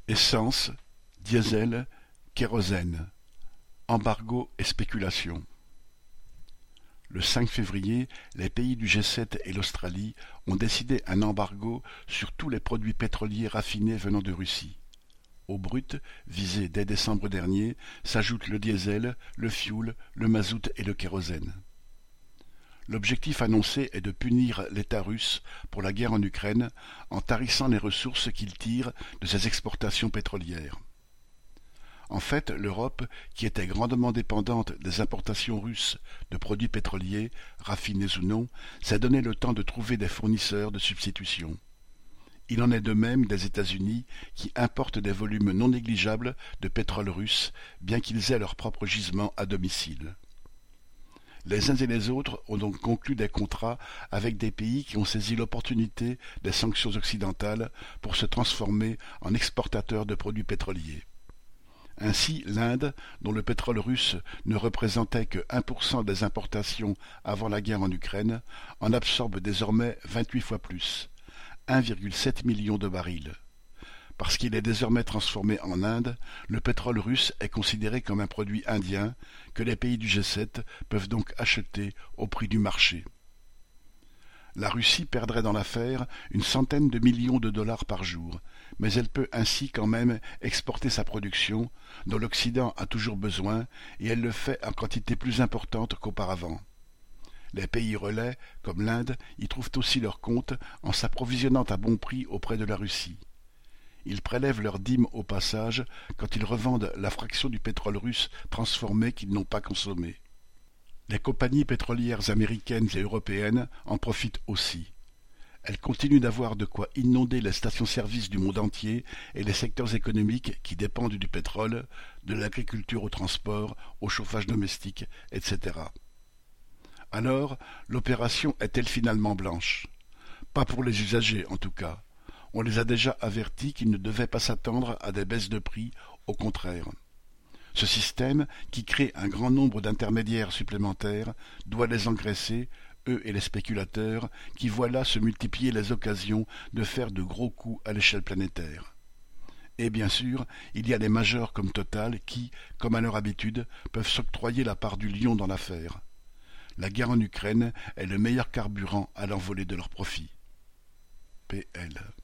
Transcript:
Essence, diesel, kérosène, embargo et spéculation. Le 5 février, les pays du G7 et l'Australie ont décidé un embargo sur tous les produits pétroliers raffinés venant de Russie. Au brut, visé dès décembre dernier, s'ajoutent le diesel, le fioul, le mazout et le kérosène. L'objectif annoncé est de punir l'État russe pour la guerre en Ukraine en tarissant les ressources qu'il tire de ses exportations pétrolières. En fait, l'Europe, qui était grandement dépendante des importations russes de produits pétroliers, raffinés ou non, s'est donné le temps de trouver des fournisseurs de substitution. Il en est de même des États-Unis qui importent des volumes non négligeables de pétrole russe, bien qu'ils aient leurs propres gisements à domicile. Les uns et les autres ont donc conclu des contrats avec des pays qui ont saisi l'opportunité des sanctions occidentales pour se transformer en exportateurs de produits pétroliers. Ainsi, l'Inde, dont le pétrole russe ne représentait que 1% des importations avant la guerre en Ukraine, en absorbe désormais 28 fois plus, 1,7 million de barils. Parce qu'il est désormais transformé en Inde, le pétrole russe est considéré comme un produit indien que les pays du G7 peuvent donc acheter au prix du marché. La Russie perdrait dans l'affaire une centaine de millions de dollars par jour, mais elle peut ainsi quand même exporter sa production, dont l'Occident a toujours besoin, et elle le fait en quantité plus importante qu'auparavant. Les pays relais, comme l'Inde, y trouvent aussi leur compte en s'approvisionnant à bon prix auprès de la Russie. Ils prélèvent leur dîme au passage quand ils revendent la fraction du pétrole russe transformé qu'ils n'ont pas consommé. Les compagnies pétrolières américaines et européennes en profitent aussi. Elles continuent d'avoir de quoi inonder les stations-service du monde entier et les secteurs économiques qui dépendent du pétrole, de l'agriculture au transport, au chauffage domestique, etc. Alors, l'opération est-elle finalement blanche? Pas pour les usagers, en tout cas. On les a déjà avertis qu'ils ne devaient pas s'attendre à des baisses de prix, au contraire. Ce système, qui crée un grand nombre d'intermédiaires supplémentaires, doit les engraisser, eux et les spéculateurs, qui voient là se multiplier les occasions de faire de gros coups à l'échelle planétaire. Et bien sûr, il y a les majors comme Total qui, comme à leur habitude, peuvent s'octroyer la part du lion dans l'affaire. La guerre en Ukraine est le meilleur carburant à l'envolée de leurs profits. PL